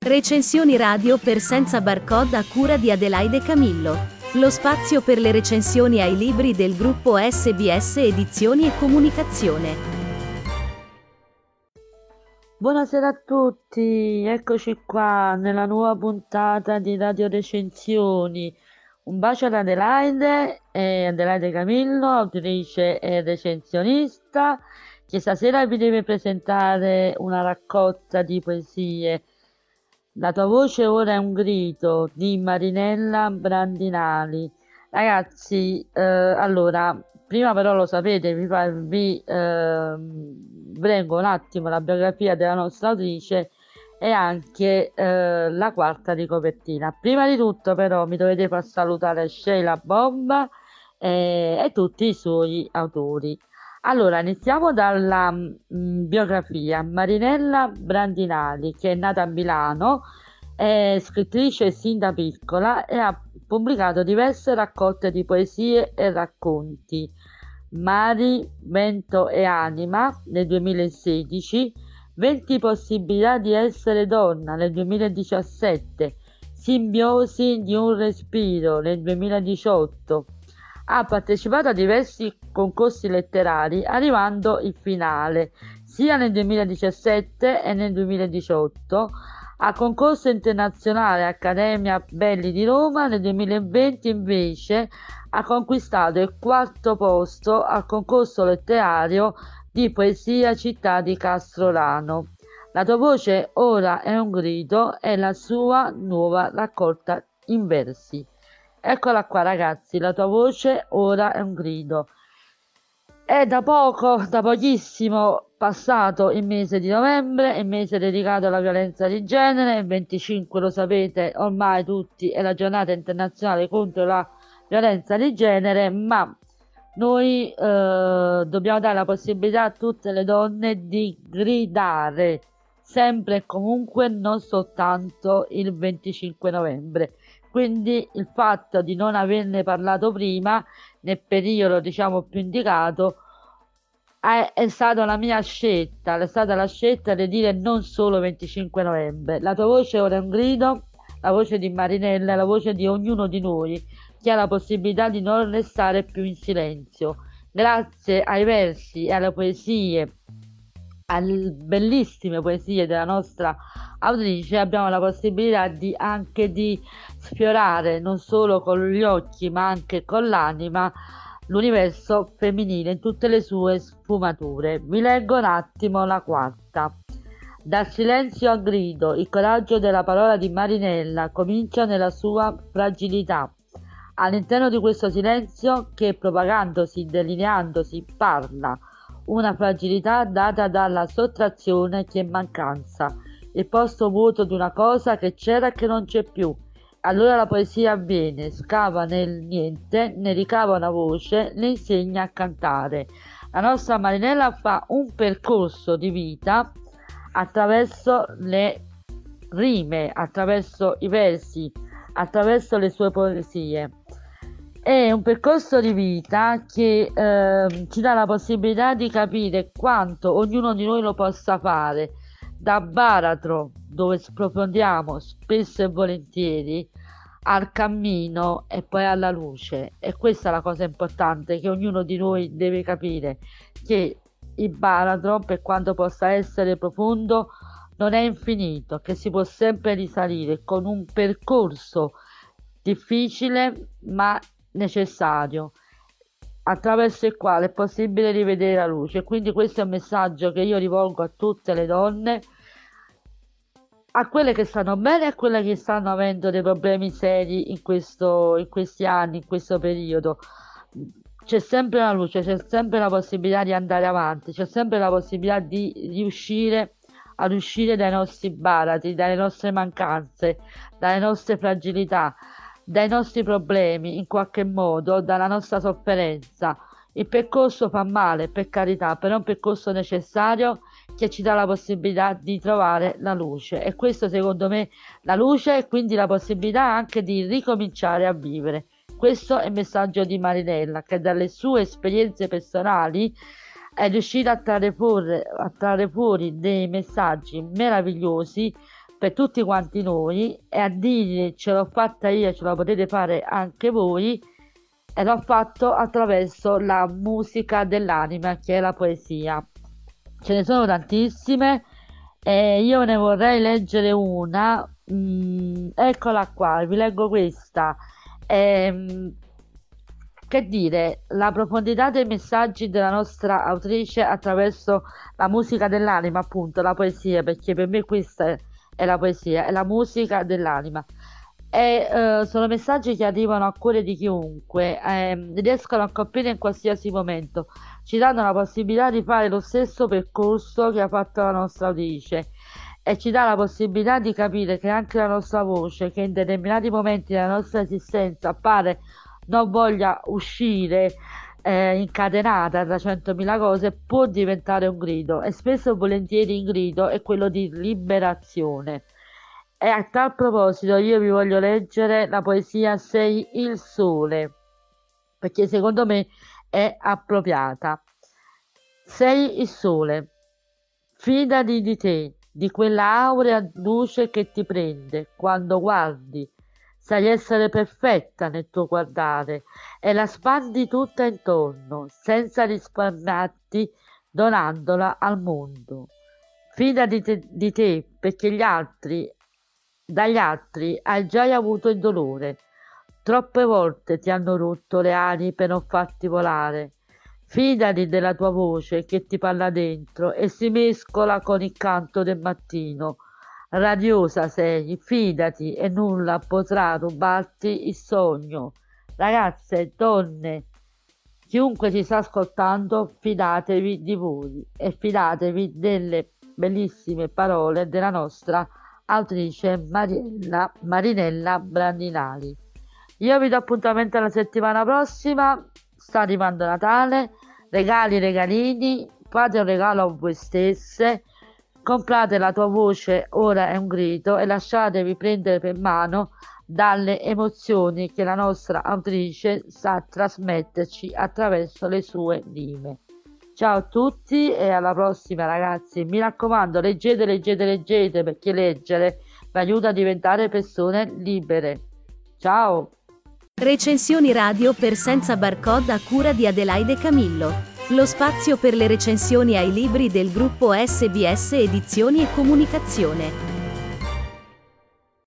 Recensioni radio per Senza Barcode a cura di Adelaide Camillo. Lo spazio per le recensioni ai libri del gruppo SBS Edizioni e Comunicazione. Buonasera a tutti, eccoci qua nella nuova puntata di Radio Recensioni. Un bacio ad Adelaide Camillo, autrice e recensionista, che stasera vi deve presentare una raccolta di poesie. La tua voce ora è un grido di Marinella Brandinali. Ragazzi, allora, prima però lo sapete, vi vengo un attimo la biografia della nostra autrice e anche la quarta di copertina. Prima di tutto però mi dovete far salutare Sheila Bomba e tutti i suoi autori. Allora, iniziamo dalla biografia. Marinella Brandinali, che è nata a Milano, è scrittrice sin da piccola e ha pubblicato diverse raccolte di poesie e racconti. Mari, Vento e Anima nel 2016, 20 possibilità di essere donna nel 2017, Simbiosi di un respiro nel 2018. Ha partecipato a diversi concorsi letterari, arrivando in finale sia nel 2017 e nel 2018. Al concorso internazionale Accademia Belli di Roma nel 2020 invece ha conquistato il quarto posto al concorso letterario di poesia Città di Castrolano. La tua voce ora è un grido è la sua nuova raccolta in versi. Eccola qua ragazzi, la tua voce ora è un grido. È da pochissimo passato il mese di novembre, il mese dedicato alla violenza di genere. Il 25, lo sapete ormai tutti, è la giornata internazionale contro la violenza di genere, ma noi dobbiamo dare la possibilità a tutte le donne di gridare, sempre e comunque, non soltanto il 25 novembre. Quindi il fatto di non averne parlato prima, nel periodo diciamo più indicato, è stata la mia scelta, è stata la scelta di dire non solo 25 novembre. La tua voce ora è un grido, la voce di Marinella, la voce di ognuno di noi che ha la possibilità di non restare più in silenzio. Grazie ai versi e alle poesie, alle bellissime poesie della nostra autrice, abbiamo la possibilità anche di sfiorare non solo con gli occhi ma anche con l'anima l'universo femminile in tutte le sue sfumature. Vi leggo un attimo la quarta. Dal silenzio al grido, il coraggio della parola di Marinella comincia nella sua fragilità. All'interno di questo silenzio che, propagandosi, delineandosi, parla. Una fragilità data dalla sottrazione che è mancanza, il posto vuoto di una cosa che c'era e che non c'è più. Allora la poesia avviene, scava nel niente, ne ricava una voce, le insegna a cantare. La nostra Marinella fa un percorso di vita attraverso le rime, attraverso i versi, attraverso le sue poesie. È un percorso di vita che ci dà la possibilità di capire quanto ognuno di noi lo possa fare, da baratro, dove sprofondiamo spesso e volentieri, al cammino e poi alla luce. E questa è la cosa importante che ognuno di noi deve capire, che il baratro, per quanto possa essere profondo, non è infinito, che si può sempre risalire con un percorso difficile ma necessario, attraverso il quale è possibile rivedere la luce. Quindi questo è un messaggio che io rivolgo a tutte le donne, a quelle che stanno bene e a quelle che stanno avendo dei problemi seri in questi anni, in questo periodo. C'è sempre la luce, c'è sempre la possibilità di andare avanti, c'è sempre la possibilità di riuscire ad uscire dai nostri baratri, dalle nostre mancanze, dalle nostre fragilità, dai nostri problemi, in qualche modo, dalla nostra sofferenza. Il percorso fa male, per carità, però è un percorso necessario che ci dà la possibilità di trovare la luce, e questo secondo me la luce e quindi la possibilità anche di ricominciare a vivere. Questo è il messaggio di Marinella, che dalle sue esperienze personali è riuscita a trarre fuori dei messaggi meravigliosi per tutti quanti noi, e a dire ce l'ho fatta io, ce la potete fare anche voi, e l'ho fatto attraverso la musica dell'anima, che è la poesia. Ce ne sono tantissime e io ne vorrei leggere una. Eccola qua, vi leggo questa. Che dire, la profondità dei messaggi della nostra autrice attraverso la musica dell'anima, appunto, la poesia, perché per me questa è la poesia, è la musica dell'anima. E sono messaggi che arrivano al cuore di chiunque, riescono a colpire in qualsiasi momento, ci danno la possibilità di fare lo stesso percorso che ha fatto la nostra autrice e ci dà la possibilità di capire che anche la nostra voce, che in determinati momenti della nostra esistenza appare non voglia uscire incatenata tra 100.000 cose, può diventare un grido, e spesso e volentieri il grido è quello di liberazione. E a tal proposito io vi voglio leggere la poesia Sei il sole, perché secondo me è appropriata. Sei il sole, fidati di te, di quella aurea luce che ti prende quando guardi. Sai essere perfetta nel tuo guardare e la spandi tutta intorno, senza risparmiarti, donandola al mondo. Fidati di te, perché dagli altri hai già avuto il dolore. Troppe volte ti hanno rotto le ali per non farti volare. Fidati della tua voce che ti parla dentro e si mescola con il canto del mattino. Radiosa sei, fidati e nulla potrà rubarti il sogno. Ragazze, donne, chiunque ci sta ascoltando, fidatevi di voi e fidatevi delle bellissime parole della nostra autrice Marinella Brandinali. Io vi do appuntamento alla settimana prossima, sta arrivando Natale, regalini, fate un regalo a voi stesse. Comprate La tua voce ora è un grido e lasciatevi prendere per mano dalle emozioni che la nostra autrice sa trasmetterci attraverso le sue rime. Ciao a tutti e alla prossima, ragazzi. Mi raccomando, leggete, perché leggere vi aiuta a diventare persone libere. Ciao! Recensioni radio per Senza Barcode a cura di Adelaide Camillo. Lo spazio per le recensioni ai libri del gruppo SBS Edizioni e Comunicazione.